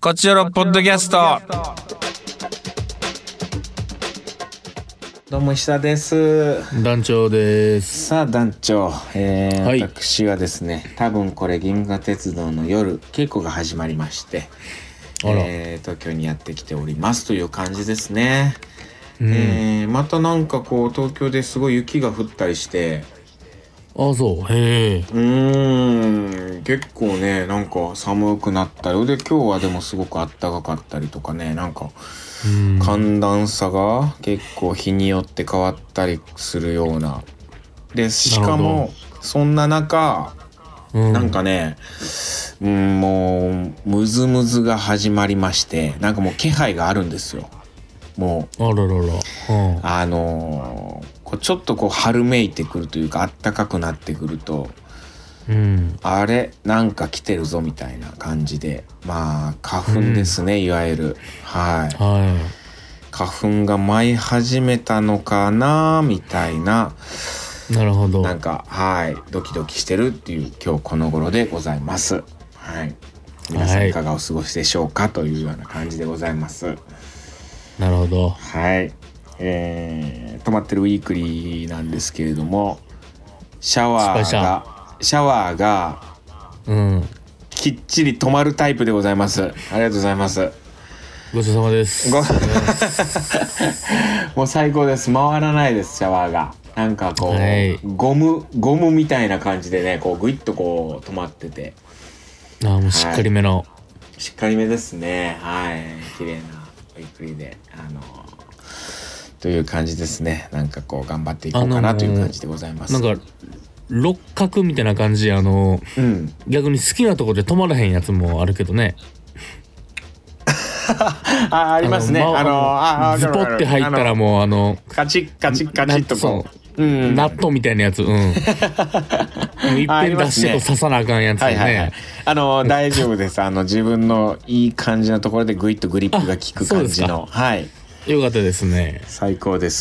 こちらのポッドキャスト。 どうも石田です。 団長です。 さあ団長、 はい、 私はですね、多分これ銀河鉄道の夜稽古が始まりまして、東京にやってきておりますという感じですね。またなんかこう東京ですごい雪が降ったりして、 あ、そう、へえ。 結構ね、なんか寒くなったりで、今日はでもすごく暖かかったりとかね、なんか寒暖差が結構日によって変わったりするような。でしかもそんな中、なんかね、もうムズムズが始まりまして、なんかもう気配があるんですよ。もうあららら、 こうちょっとこう春めいてくるというか、暖かくなってくると、あれなんか来てるぞみたいな感じで、まあ花粉ですね、いわゆる、花粉が舞い始めたのかなみたいな。 なるほど。 なんかドキドキしてるっていう今日この頃でございます。皆さんいかがお過ごしでしょうかというような感じでございます。 なるほど。 泊まってるウィークリーなんですけれども、シャワーがきっちり止まるタイプでございます。ありがとうございます。 ごちそうさまです。 もう最高です。回らないです、シャワーが。なんかこう、ゴムみたいな感じでね、こうグイッとこう止まってて、 もうしっかりめの、 しっかりめですね。綺麗なウィークリーでという感じですね。なんかこう頑張っていこうかなという感じでございます。 なんか六角みたいな感じ、逆に好きなところで止まらへんやつもあるけどね。 ありますね。 ズポって入ったらもうカチッカチッカチッとこう、 納豆みたいなやつ、一遍出してこう刺さなあかんやつね。 大丈夫です。自分のいい感じのところでグイッとグリップが効く感じの。 よかったですね。 最高です。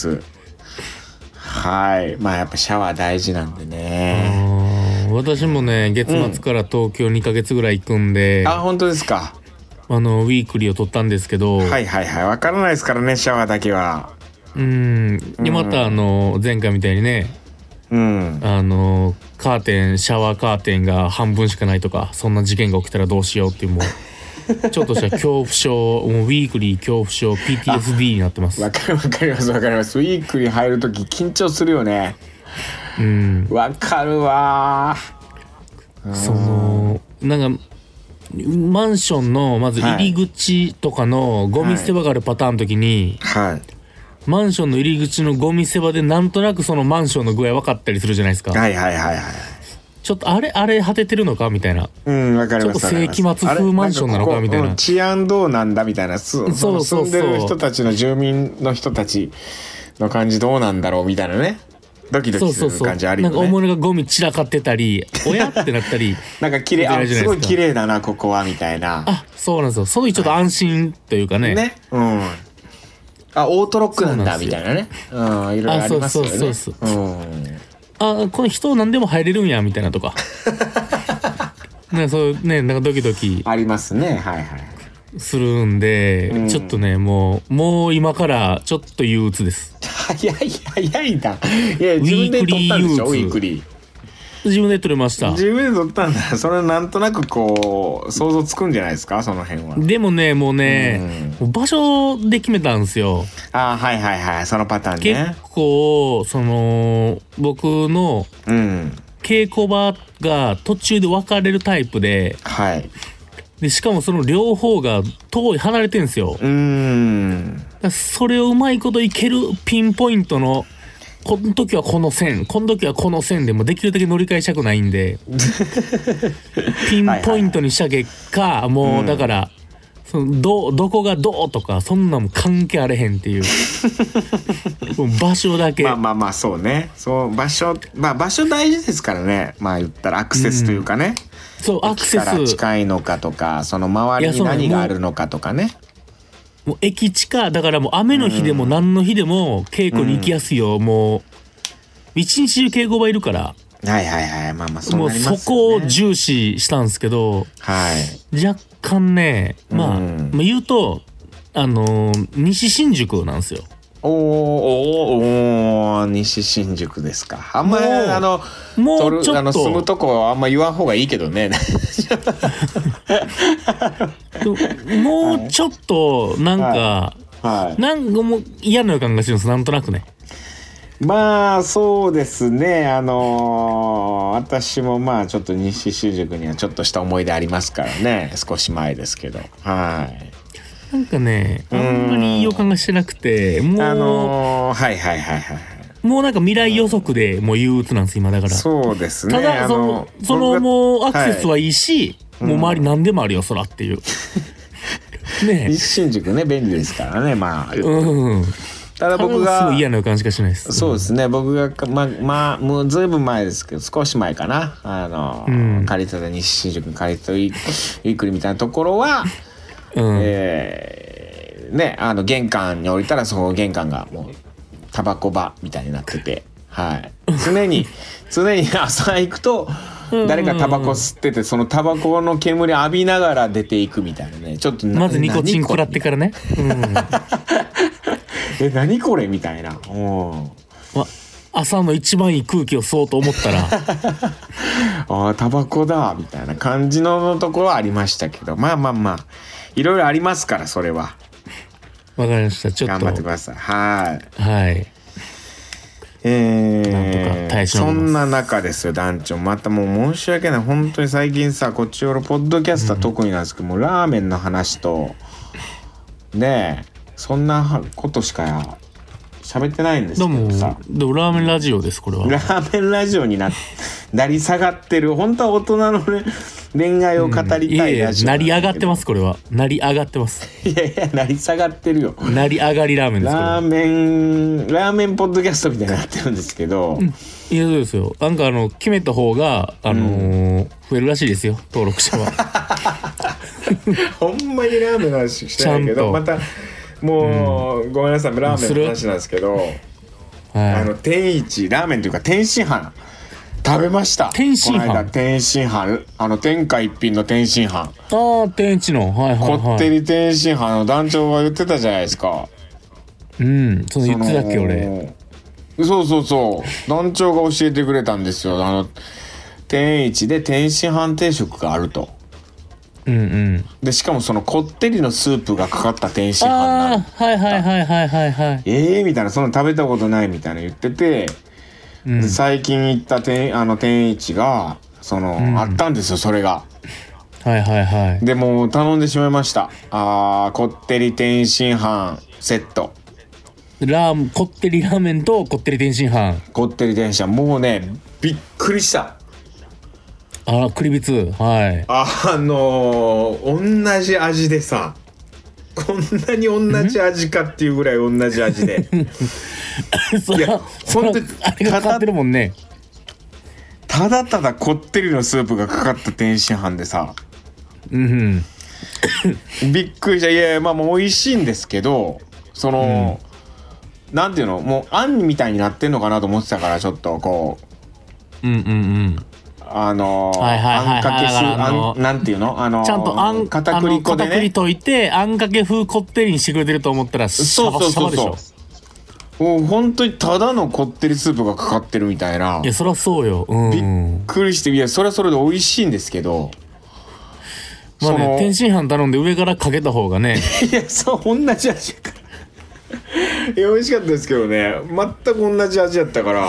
まあやっぱシャワー大事なんでね。 私もね、月末から東京2ヶ月ぐらい行くんで、 本当ですか。 ウィークリーを取ったんですけど、 わからないですからね、シャワーだけは。 でまた前回みたいにね、シャワーカーテンが半分しかないとか、そんな事件が起きたらどうしようっていう、もうちょっとした恐怖症、もうウィークリー恐怖症 PTSD になってます。 わかります。ウィークリー入るとき緊張するよね。わかるわ。 なんかマンションのまず入り口とかのゴミ捨て場があるパターンの時に、マンションの入り口のゴミ捨て場でなんとなくそのマンションの具合分かったりするじゃないですか。ちょっとあれ果ててるのかみたいな。 わかります。 ちょっと世紀末風マンションなのかみたいな。 治安どうなんだみたいな。住んでる人たちの住民の人たちの感じどうなんだろうみたいなね。ドキドキする感じあるよね。 なんか大物がゴミ散らかってたり、おやってなったり。 なんか綺麗、すごい綺麗だなここはみたいな。 そうなんですよ。そういうちょっと安心というかね。 オートロックなんだみたいなね。いろいろありますよね。 この人何でも入れるんやみたいなとか。そうね、なんかドキドキありますね。 するんで、ちょっとね、もう今からちょっと憂鬱です。 早いな。いや、自分で撮ったんでしょ、ウィークリー。 自分で撮れました。 自分で撮ったんだ。それなんとなくこう想像つくんじゃないですか、その辺は。 でもね、もう場所で決めたんですよ。 そのパターンね。 結構僕の稽古場が途中で分かれるタイプで、でしかもその両方が離れてんすよ。それをうまいこといけるピンポイントの、この時はこの線、この時はこの線でもできるだけ乗り換えしたくないんでピンポイントにした結果、もうだからどこがどうとかそんなも関係あれへんっていう場所だけ。 そうね。場所大事ですからね。言ったらアクセスというかね。 アクセスから近いのかとか、その周りに何があるのかとかね。 もう駅近だからもう雨の日でも何の日でも稽古に行きやすいよ。もう一日中稽古場いるから。 そうなりますよね。 もうそこを重視したんですけど、若干ね、まあ言うと西新宿なんですよ。 西新宿ですか。あんまもうちょっと住むとこあんま言わん方がいいけどね。 もうちょっとなんか、なんかもう嫌な予感がするんです、なんとなくね。 まあそうですね、私もまあちょっと西新宿にはちょっとした思い出ありますからね。少し前ですけど、はい。 なんかね、あんまりいい予感がしてなくて、もうはいはいはいはい。 もうなんか未来予測でもう憂鬱なんです今だから。 そうですね。 ただそのもうアクセスはいいし、もう周り何でもあるよそらっていう。 ね。西新宿ね便利ですからね、まあ。ただ僕がすごい嫌な予感しかしないです。 そうですね。僕がまあもうずいぶん前ですけど、少し前かな、借りてた西新宿に借りてたウィークリーみたいなところは、ね、玄関に降りたらその玄関がもうタバコ場みたいになってて、はい。常に朝行くと誰かタバコ吸ってて、そのタバコの煙浴びながら出ていくみたいなね。ちょっとまずニコチン食らってからね。 何これみたいな。 朝の一番いい空気を吸おうと思ったらタバコだみたいな感じのところはありましたけど、まあいろいろありますから、それは。 わかりました。ちょっと頑張ってください。はい。 はい。なんとか耐え忍びます。 そんな中ですよ、団長。またもう申し訳ない。本当に最近さ、こっちよろポッドキャスター特になんですけど、もうラーメンの話とねえ、そんなことしか喋ってないんですけどさ。 でもラーメンラジオです、これは。 ラーメンラジオになり下がってる。本当は大人のね、恋愛を語りたいラジオ。 成り上がってます、これは。成り上がってます。 いや成り下がってるよ。 成り上がりラーメンです。 ラーメンポッドキャストみたいになってるんですけど。 いや、そうですよ。なんか決めた方が増えるらしいですよ、登録者は。 ほんまにラーメンの話してないけど、またもう、ごめんなさい、ラーメンの話なんですけど、天一ラーメンというか天津飯食べました。 天津飯。 この間天津飯、天下一品の天津飯。 天一の、はいはいはい。 こってり天津飯の団長が言ってたじゃないですか。 その言ってたっけ俺。 そう団長が教えてくれたんですよ。天一で天津飯定食があると。でしかもそのこってりのスープがかかった天津飯なんだ。 はいみたいな、そんな食べたことないみたいな言ってて、最近行った天一があったんですよ、それが。でも頼んでしまいました。こってり天津飯セット。 こってりラーメンとこってり天津飯。 こってり天津飯、もうねびっくりした。 クリビツ、はい。 同じ味でさ、こんなに同じ味かっていうぐらい同じ味で。 いや、本当にあれがかかってるもんね。 ただただこってりのスープがかかった天津飯でさ、びっくりした。いやまあもう美味しいんですけど、なんていうの、もうあんみたいになってんのかなと思ってたから、ちょっとこう。あんかけ風、なんていうの、 ちゃんと片栗粉でね、片栗溶いてあんかけ風こってりにしてくれてると思ったらシャバシャバでしょ。 もう本当にただのこってりスープがかかってるみたいな。 いやそりゃそうよ、 びっくりして。いやそれはそれで美味しいんですけど、 まあね、天津飯頼んで上からかけた方がね。 いや同じ味か。いや美味しかったですけどね、全く同じ味やったから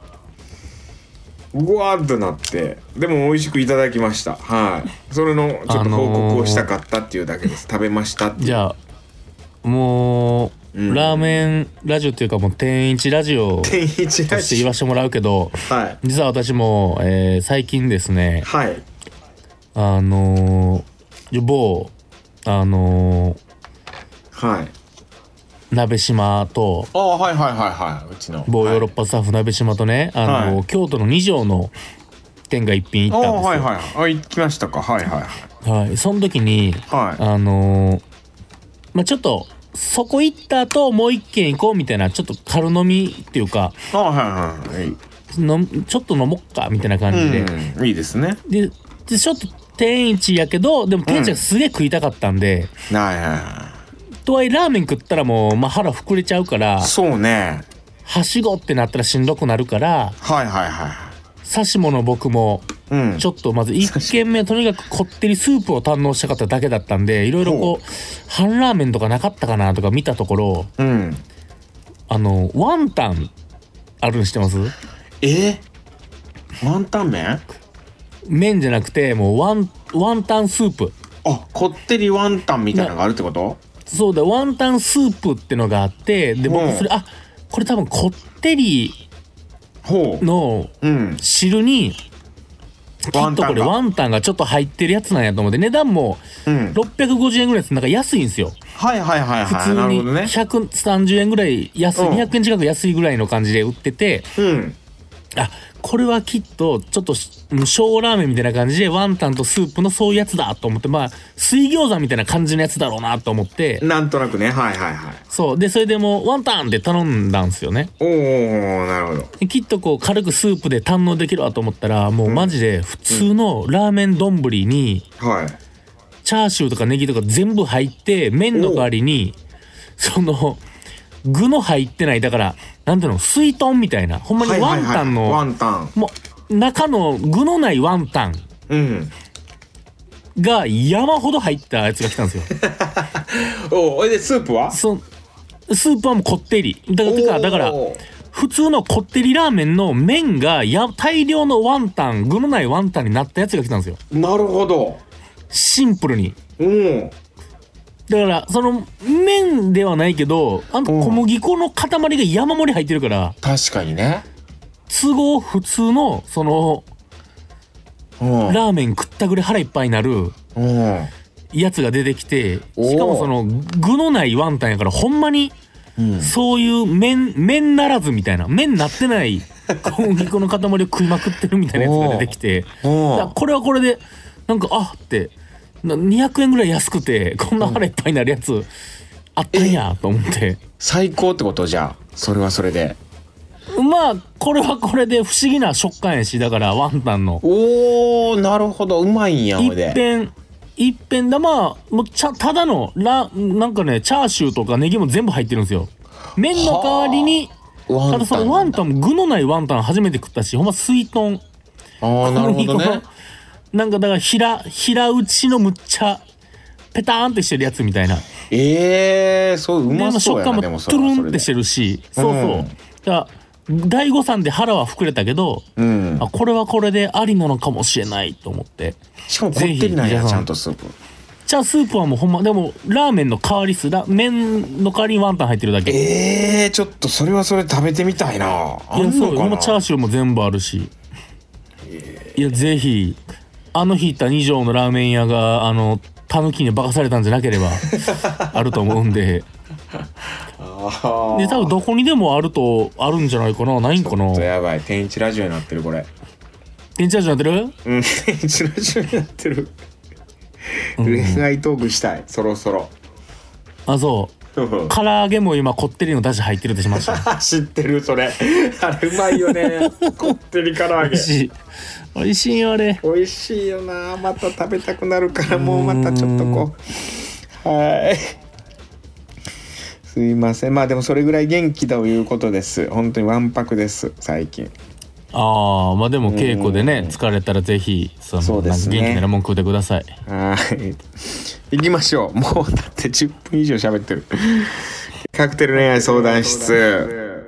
うわーっとなって、でも美味しくいただきました。はい。それのちょっと報告をしたかったっていうだけです。食べましたっていう。 じゃあもう、ラーメンラジオっていうかもう天一ラジオとして言わせてもらうけど、実は私も、最近ですね、某鍋島と、 うちの某ヨーロッパスタッフ鍋島とね、京都の二条の天下一品行ったんですよ。 行きましたか。 その時に、ちょっとそこ行った後もう一軒行こうみたいな、ちょっと軽飲みっていうか、ちょっと飲もっかみたいな感じで、 いいですね。 でちょっと天一やけど、でも天一がすげえ食いたかったんで、 はいはい。 とはいえラーメン食ったらもう、まあ、腹膨れちゃうから、 そうね。 はしごってなったらしんどくなるから、 はいはいはい。 刺し物僕も、ちょっとまず1軒目とにかくこってりスープを堪能したかっただけだったんで、いろいろこう半ラーメンとかなかったかなとか見たところ、ワンタンあるの知ってます？ ワンタン麺？ 麺じゃなくてもうワンタンスープ。 あ、こってりワンタンみたいなのがあるってこと？ そうだ、ワンタンスープってのがあって、で僕それ、これ多分こってりの汁にきっとこれワンタンがちょっと入ってるやつなんやと思って、値段も650円ぐらいです。なんか安いんですよ。 はいはいはいはい。 普通に130円ぐらい安い、200円近く安いぐらいの感じで売ってて、あ、これはきっとちょっと小ラーメンみたいな感じでワンタンとスープのそういうやつだと思って、まあ水餃子みたいな感じのやつだろうなと思って、 なんとなくね。はいはいはい。 そうで、それでもうワンタンって頼んだんですよね。 おー、なるほど。 きっとこう軽くスープで堪能できるわと思ったら、もうマジで普通のラーメン丼にチャーシューとかネギとか全部入って、麺の代わりにその具の入ってない、だからなんていうの、水豚みたいな、ほんまにワンタンの、 ワンタンもう中の具のないワンタンが山ほど入ったやつが来たんですよ。 おでスープは？ スープはもうこってりだから普通のこってりラーメンの麺が大量のワンタン、具のないワンタンになったやつが来たんですよ。 なるほど。 シンプルに。だからその麺ではないけど、小麦粉の塊が山盛り入ってるから、 確かにね、 都合普通のそのラーメン食ったぐらい腹いっぱいになるやつが出てきて、しかもその具のないワンタンやから、ほんまにそういう麺ならずみたいな、麺なってない小麦粉の塊を食いまくってるみたいなやつが出てきて、これはこれでなんかって200円ぐらい安くてこんな腹いっぱいになるやつあったんやと思って、 最高ってこと？じゃあそれはそれで、 まあこれはこれで不思議な食感やし、だからワンタンのなるほど、うまいんや。 一遍だ、まあもうただのなんかね、チャーシューとかネギも全部入ってるんですよ。麺の代わりにただそのワンタンも具のないワンタン初めて食ったし、ほんま水豚、 なるほどね。 なんかだから平打ちのむっちゃペターンってしてるやつみたいな。 そううまそうやな。 食感もトゥルンってしてるし、そう。だから大誤算で腹は膨れたけど、これはこれでありなのかもしれないと思って。 しかもこってりなんや、ちゃんとスープ。 じゃあスープはもうほんま、でもラーメンの代わり麺の代わりにワンタン入ってるだけ。 ちょっとそれはそれ食べてみたいな。 いや、そう、ほんまチャーシューも全部あるし。いや、ぜひあの日行った2畳のラーメン屋がタヌキに化かされたんじゃなければあると思うんで。で多分どこにでもあるんじゃないかな。ないんかな。 ちょっとやばい、天一ラジオになってる。これ天一ラジオになってる？ 天一ラジオになってる。恋愛トークしたい、そろそろ。 あ、そう唐揚げも今こってりのだし入ってるってしました。 知ってるそれ。あれうまいよね。こってり唐揚げ美味しいよあれ。 美味しいよな。また食べたくなるから、もうまたちょっとこう、はい、すいません。まあでもそれぐらい元気ということです。本当にわんぱくです最近。 まあでも稽古でね、疲れたらぜひそうですね、 元気なら文句でください。 行きましょう。もうだって10分以上喋ってる。カクテル恋愛相談室。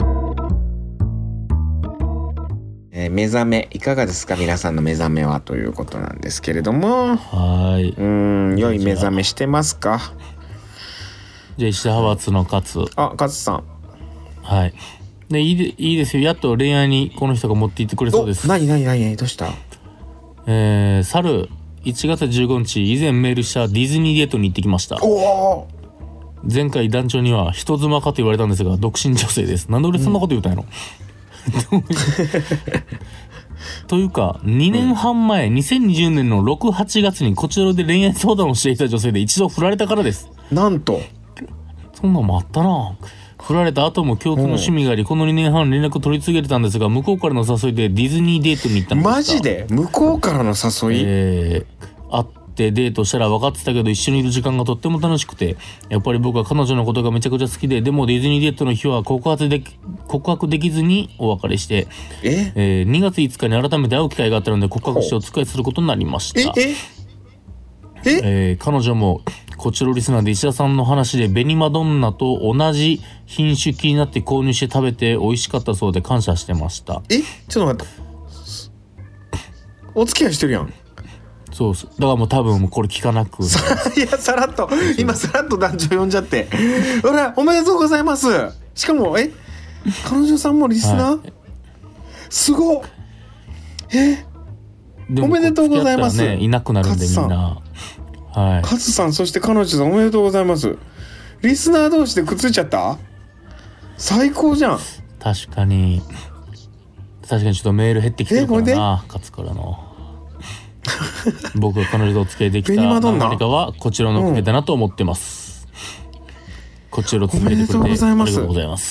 目覚めいかがですか、皆さんの目覚めはということなんですけれども。良い目覚めしてますか？ じゃあ石田派閥の勝。 勝さん。 はい。でいいですよ。やっと恋愛にこの人が持っていってくれそうです。 何どうした？ 去る1月15日以前メールしたディズニーデートに行ってきました。前回団長には人妻かと言われたんですが、独身女性です。なんで俺そんなこと言うたんやろ。というか2年半前、2020年の6、8月にこちらで恋愛相談をしていた女性で一度振られたからです。 なんとそんなんもあったな。振られた後も共通の趣味があり、この2年半連絡取り続けてたんですが、向こうからの誘いでディズニーデートに行ったのです。 マジで？向こうからの誘い？ 会ってデートしたら分かってたけど一緒にいる時間がとっても楽しくて、やっぱり僕は彼女のことがめちゃくちゃ好きで、でもディズニーデートの日は告白できずにお別れして、2月5日に改めて会う機会があったので告白してお付き合いすることになりました。彼女もこちらリスナーで石田さんの話でベニマドンナと同じ品種気になって購入して食べて美味しかったそうで感謝してました。 ちょっと待って、お付き合いしてるやん。 そうだからもう多分これ聞かなくいやさらっと今さらっと団長呼んじゃって、ほらおめでとうございます。しかも彼女さんもリスナー、はい、すごっ。おめでとうございます。 いなくなるんでみんな。はい。 カズさん、そして彼女さんおめでとうございます。リスナー同士でくっついちゃった？最高じゃん。 確かにちょっとメール減ってきてるからな、カツからの。僕が彼女とお付き合いできた何かはこちらのおかげだなと思ってます。こちらを続けてくれてありがとうございます。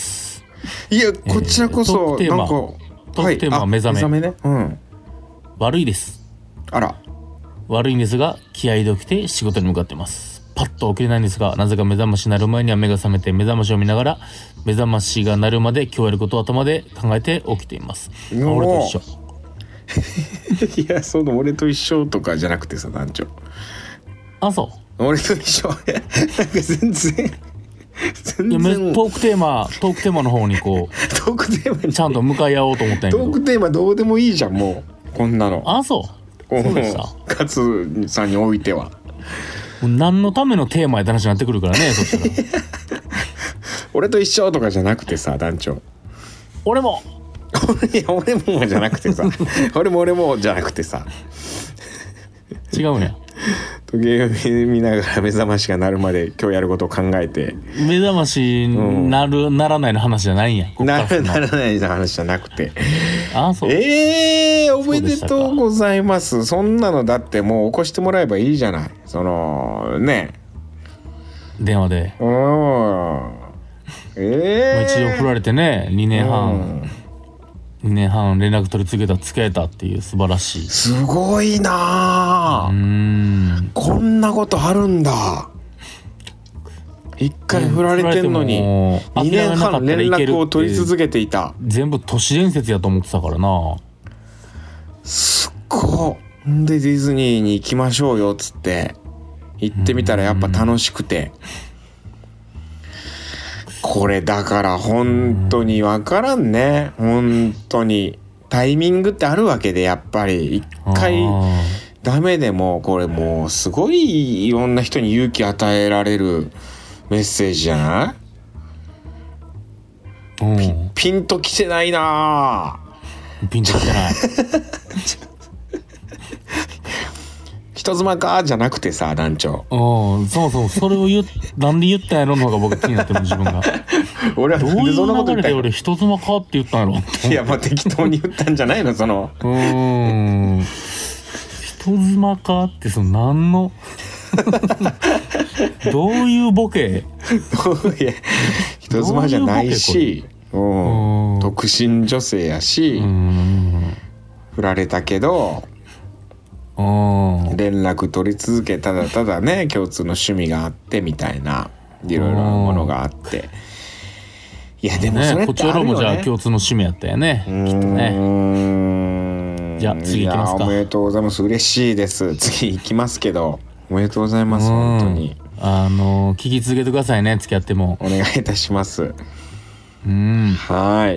いや、こちらこそトークテーマは目覚めね。 悪いです。 あら。 悪いんですが気合で起きて仕事に向かってます。パッと起きれないんですが、なぜか目覚まし鳴る前には目が覚めて目覚ましを見ながら目覚ましが鳴るまで今日やることを頭で考えて起きています。俺と一緒。 いや、その俺と一緒とかじゃなくてさ、団長。 そう俺と一緒。なんか全然トークテーマの方にこうトークテーマにちゃんと向かい合おうと思ったんやけど。 トークテーマどうでもいいじゃん、もうこんなの。 そうでした。 勝さんにおいては何のためのテーマやって話になってくるからね。そしたら俺と一緒とかじゃなくてさ、団長。 俺もいや、俺もじゃなくてさ俺もじゃなくてさ違うね。 時計を見ながら目覚ましが鳴るまで今日やることを考えて、 目覚ましならないの話じゃないんや。 ならないの話じゃなくて。 そう。 おめでとうございます。そんなのだってもう起こしてもらえばいいじゃない。そのね、 電話で。一応振られてね、2年半連絡取り続けた、付き合えたっていう素晴らしい。 すごいな。こんなことあるんだ。一回振られてんのに2年半連絡を取り続けていた。 全部都市伝説やと思ってたからな。 すっごい。でディズニーに行きましょうよっつって行ってみたらやっぱ楽しくて、これだから本当に分からんね。本当にタイミングってあるわけで、やっぱり一回ダメでもこれもうすごいいろんな人に勇気与えられるメッセージじゃない？ピンときてないな。 ピンときてない人妻かじゃなくてさ、団長。 そうそれをなんで言ったんやろの方が僕気になってる。自分が俺はどういう流れで俺人妻かって言ったんやろ。 いや、まあ適当に言ったんじゃないの。その人妻かってその何のどういうボケ人妻じゃないし、独身女性やし、振られたけど連絡取り続け、ただただね共通の趣味があってみたいないろいろなものがあって、いやでもそれってあるよね。こちらもじゃあ共通の趣味やったよね、きっとね。じゃあ次行きますか。 おめでとうございます。嬉しいです。次行きますけど、おめでとうございます。本当に聞き続けてくださいね、付き合っても。 お願いいたします。はい。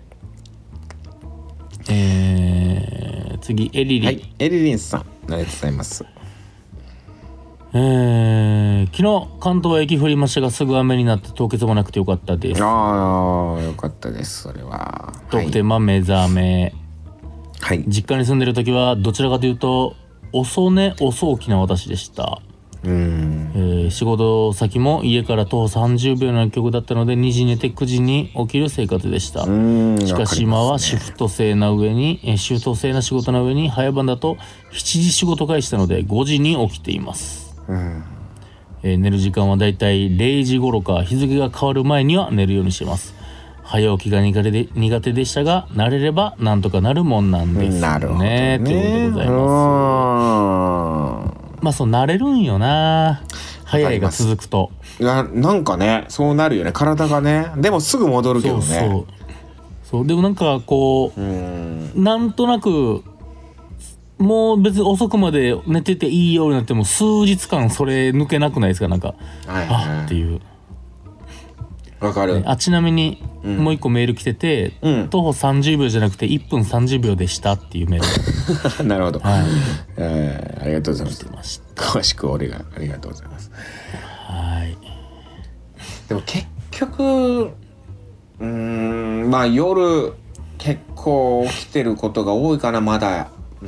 次エリリン。はい、 エリリンさん、ありがとうございます。 昨日関東は雪降りましたがすぐ雨になって凍結もなくてよかったです。 よかったです。それはトークテーマ目覚め。 はい。 実家に住んでる時はどちらかというと遅起きな私でした。仕事先も家から徒歩30秒の曲だったので2時に寝て9時に起きる生活でした。しかし今はシフト制な仕事の上に早番だと7時仕事開始したので5時に起きています。寝る時間はだいたい0時頃か日付が変わる前には寝るようにしてます。早起きが苦手でしたが慣れればなんとかなるもんなんですね。 なるほどね。 ということでございます。 まあそう慣れるんよな、早いが続くと。 なんかねそうなるよね、体がね。でもすぐ戻るけどね。 そうでもなんかこう、なんとなくもう別に遅くまで寝てていいようになっても数日間それ抜けなくないですか？なんか、あっていう。 わかる。 ちなみにもう一個メール来てて、徒歩30秒じゃなくて1分30秒でしたっていうメール。なるほど。はい。ありがとうございます。詳しくありがとうございます。 はい。 でも結局まあ夜結構起きてることが多いかな、まだ。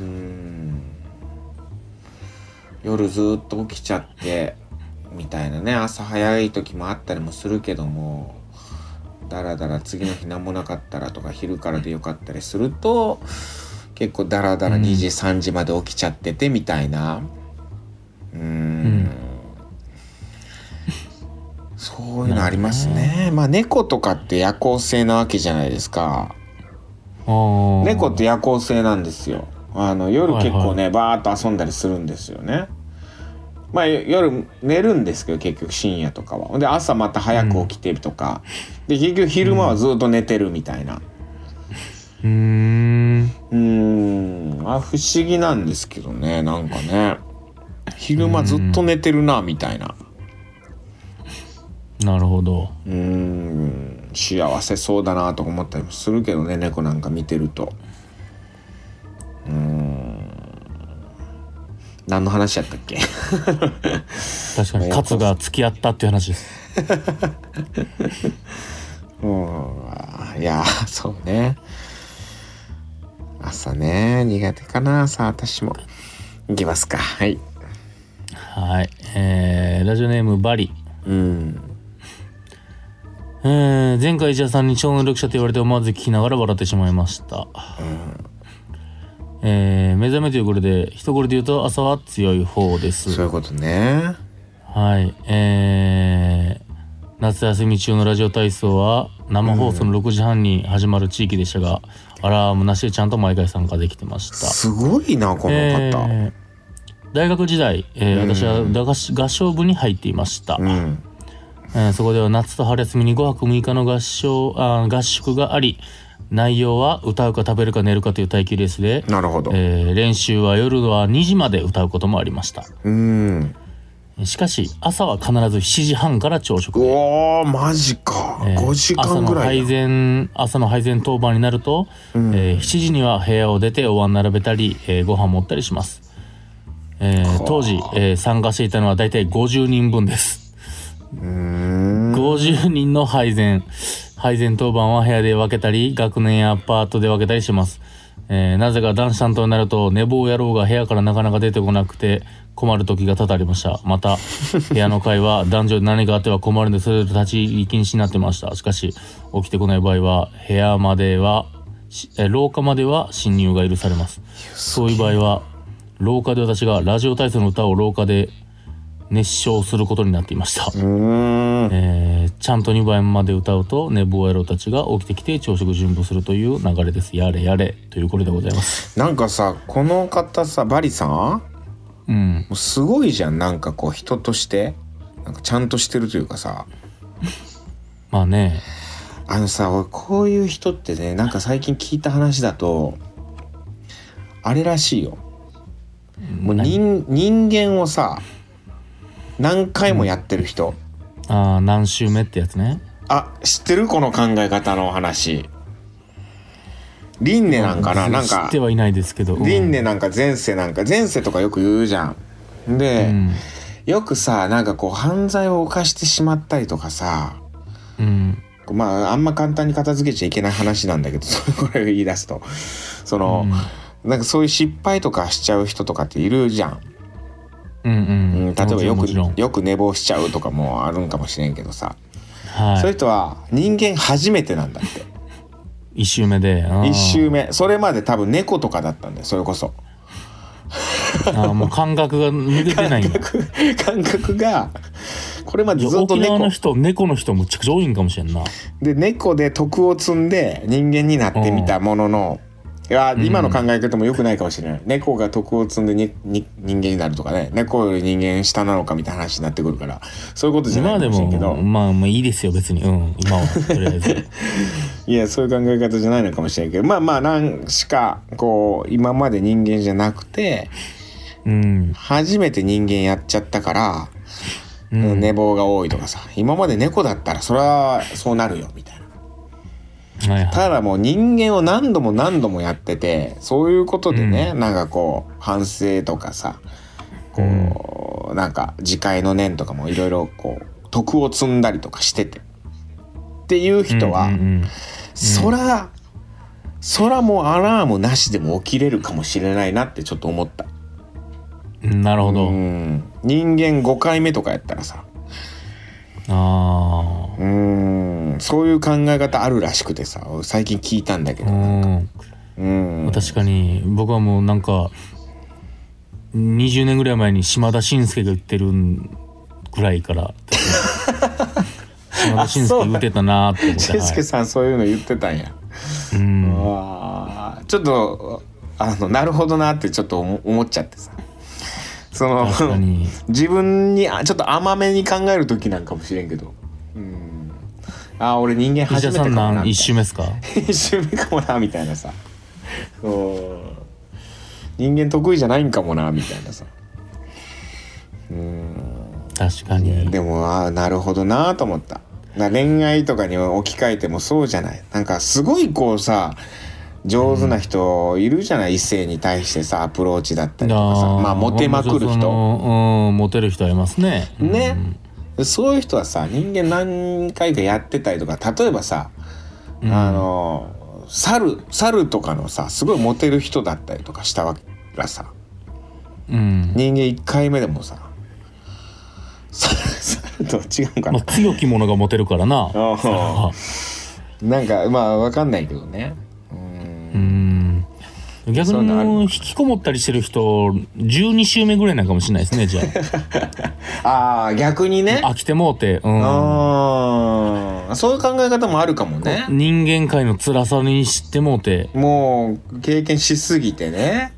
夜ずっと起きちゃってみたいなね、朝早い時もあったりもするけども、だらだら次の日何もなかったらとか昼からでよかったりすると結構だらだら2時3時まで起きちゃっててみたいな、そういうのありますね。まあ猫とかって夜行性なわけじゃないですか。猫って夜行性なんですよ。夜結構ね、バーっと遊んだりするんですよね。まあ夜寝るんですけど結局深夜とかは。で朝また早く起きてとか、で結局昼間はずっと寝てるみたいな。不思議なんですけどね、なんかね昼間ずっと寝てるなみたいな。 なるほど。 幸せそうだなとか思ったりもするけどね、猫なんか見てると。何の話やったっけ？ 確かにカツが付き合ったっていう話です。 いやそうね、朝ね苦手かな。さあ私もいきますか。はいはい、ラジオネームバリ。前回医者さんに超能力者と言われて思わず聞きながら笑ってしまいました。目覚めということで一言で言うと朝は強い方です。 そういうことね。 はい、夏休み中のラジオ体操は生放送の6時半に始まる地域でしたが、アラームなしでちゃんと毎回参加できてました。 すごいなこの方。 大学時代、私は合唱部に入っていました。そこでは夏と春休みに5泊6日の合宿があり、内容は歌うか食べるか寝るかという待機レースで、 なるほど。 練習は夜は2時まで歌うこともありました。しかし朝は必ず7時半から朝食で。 おーマジか、5時間ぐらい朝の配膳当番になると、7時には部屋を出てお椀並べたり、ご飯持ったりします。当時、参加していたのはだいたい50人分です。50人の配膳当番は部屋で分けたり学年やパートで分けたりします。なぜか男子担当になると寝坊野郎が部屋からなかなか出てこなくて困る時が多々ありました。また部屋の会は男女で何かあっては困るのでそれぞれ立ち入り禁止になってました。しかし起きてこない場合は廊下までは侵入が許されます。そういう場合は廊下で私がラジオ体操の歌を廊下で熱唱することになっていました。ちゃんと2番まで歌うと寝坊野郎たちが起きてきて朝食準備するという流れです。やれやれということでございます。 なんかさこの方さバリさん、もうすごいじゃん。なんかこう人としてなんかちゃんとしてるというかさまあね、 俺こういう人ってね、なんか最近聞いた話だとあれらしいよ。もう人間をさ何回もやってる人、 何週目ってやつね。 知ってるこの考え方の話。輪廻なんかな、なんか知ってはいないですけど、 輪廻なんか前世とかよく言うじゃん。で、よくさなんかこう犯罪を犯してしまったりとかさ、まああんま簡単に片付けちゃいけない話なんだけどこれを言い出すとなんかそういう失敗とかしちゃう人とかっているじゃん。例えばよく寝坊しちゃうとかもあるんかもしれんけどさ、そういう人は人間初めてなんだって。 1周目で 1周目。それまで多分猫とかだったんだよそれこそ。 もう感覚が抜けてないんだ。 感覚がこれまでずっと沖縄の人猫の人むちゃくちゃ多いんかもしれんな。 で猫で徳を積んで人間になってみたものの、 いや今の考え方も良くないかもしれない。猫が徳を積んで人間になるとかね、猫より人間下なのかみたいな話になってくるから、そういうことじゃないかもしれんけど、 まあいいですよ別に、今はとりあえずいやそういう考え方じゃないのかもしれんけど、何しかこう今まで人間じゃなくて、初めて人間やっちゃったから、寝坊が多いとかさ、今まで猫だったらそれはそうなるよみたいな。ただもう人間を何度も何度もやってて、そういうことでね、なんかこう反省とかさ、こうなんか自戒の念とかもいろいろこう徳を積んだりとかしててっていう人は、そらもうアラームなしでも起きれるかもしれないなってちょっと思った。 なるほど。 人間5回目とかやったらさ、そういう考え方あるらしくてさ、最近聞いたんだけど、 確かに僕はもうなんか20年ぐらい前に島田紳介が言ってるぐらいから島田紳介言ってたなって思って。 紳介さんそういうの言ってたんや。ちょっとなるほどなってちょっと思っちゃってさ、その自分にちょっと甘めに考える時なんかもしれんけど、俺人間初めてかもな、 1周目ですか 1周目かもなみたいなさ、人間得意じゃないんかもなみたいなさ、 確かに。 でもなるほどなと思った。恋愛とかに置き換えてもそうじゃない。なんかすごいこうさ、上手な人いるじゃない、異性に対してさ、アプローチだったりとかさ、モテまくる人、 モテる人いますね。 そういう人はさ、人間何回かやってたりとか、例えばさ、猿とかのさ、すごいモテる人だったりとかしたわけがさ、人間1回目でもさ、猿とは違うかな、 強き者がモテるからななんか分かんないけどね。 逆に引きこもったりしてる人12週目ぐらいなんかもしれないですね、じゃあ。逆にね、 飽きてもうて、 そういう考え方もあるかもね。 人間界の辛さに知ってもうて、 もう経験しすぎてね。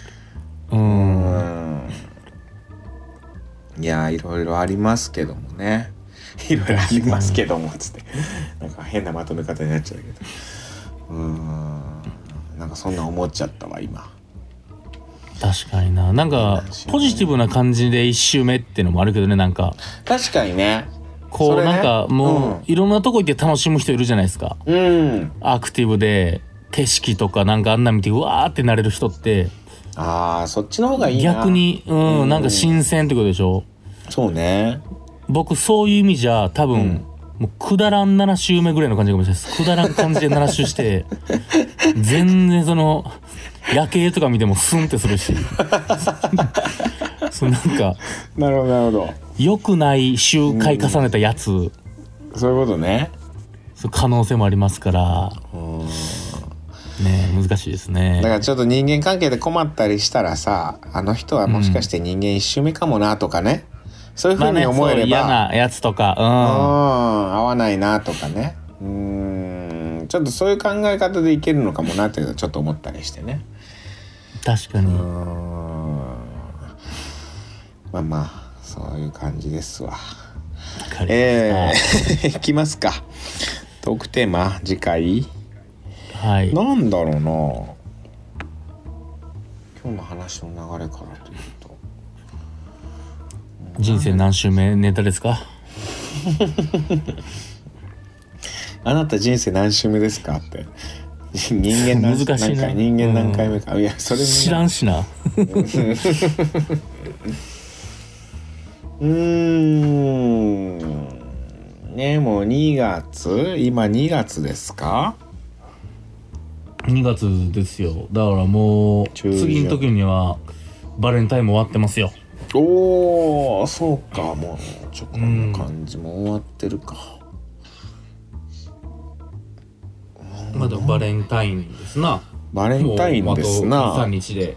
いやいろいろありますけどもね。いろいろありますけどもつってなんか変なまとめ方になっちゃうけど、なんかそんな思っちゃったわ今。 確かにな。なんかポジティブな感じで1周目っていうのもあるけどね。なんか確かにね、 こうなんかもういろんなとこ行って楽しむ人いるじゃないですか。アクティブで景色とかなんかあんな見てうわーってなれる人って、 そっちの方がいいな。 逆になんか新鮮ってことでしょ。 そうね。 僕そういう意味じゃ多分、もうくだらん7周目ぐらいの感じかもしれないです。くだらん感じで7周して全然その夜景とか見てもスンってするしそうなんかなるほどなるほど、 良くない周回重ねたやつ、 そういうことね。 そう可能性もありますからね、難しいですね。 だからちょっと人間関係で困ったりしたらさ、あの人はもしかして人間1周目かもなとかね、そういう風に思えれば、 嫌なやつとか、 合わないなとかね、ちょっとそういう考え方でいけるのかもなっていうのはちょっと思ったりしてね。 確かに。 そういう感じですわ。いきますか。トークテーマ次回。 はい。 なんだろうな。今日の話の流れからというと。 人生何周目ネタですか？ あなた人生何周目ですかって。人間難しいな。 人間何回目か。いやそれ知らんしな。 ね、もう2月、今2月ですか ？2月ですよ。だからもう次の時にはバレンタインも終わってますよ。 おー、そうか。もうちょっとこんな感じも終わってるか。 まだバレンタインですな。 バレンタインですな。 あと2、3日で。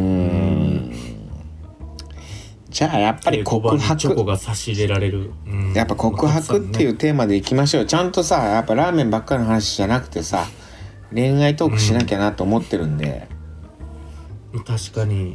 じゃあやっぱり告白、 チョコが差し入れられる、 やっぱ告白っていうテーマでいきましょう。ちゃんとさ、やっぱラーメンばっかりの話じゃなくてさ、 恋愛トークしなきゃなと思ってるんで、 確かに。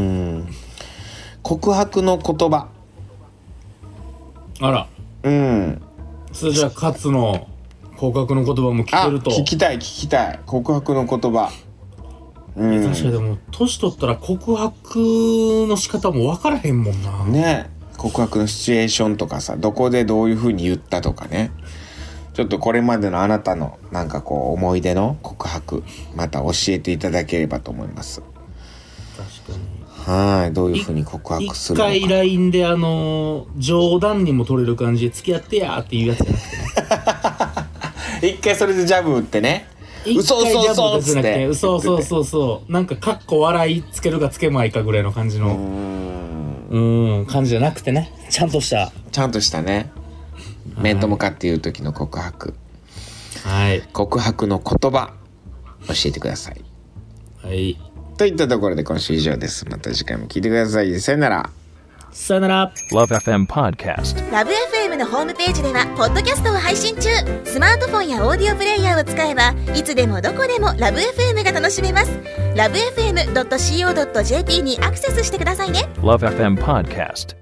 告白の言葉。 あら。それじゃあ勝の告白の言葉も聞けると。 聞きたい告白の言葉。 確かにでも年取ったら告白の仕方も分からへんもんな。 ね、告白のシチュエーションとかさ、どこでどういう風に言ったとかね。ちょっとこれまでのあなたのなんかこう思い出の告白、また教えていただければと思います。 確かに。 はい、どういう風に告白するのか。 一回 LINE で冗談にも取れる感じで付き合ってやっていうやつじゃなくてね。 一回それでジャブ打ってね。嘘っつって。 嘘。なんかカッコ笑いつけるかつけまいかぐらいの感じの感じじゃなくてね。ちゃんとしたね。面と向かって言う時の告白。 はい。 告白の言葉教えてください。 はい。 といったところで今週以上です。また次回も聞いてください。さよなら。 さよなら。 LoveFM Podcast。LoveFM のホームページではポッドキャストを配信中。スマートフォンやオーディオプレイヤーを使えばいつでもどこでもラブ FM が楽しめます。LoveFM.co.jp にアクセスしてくださいね。 LoveFM Podcast。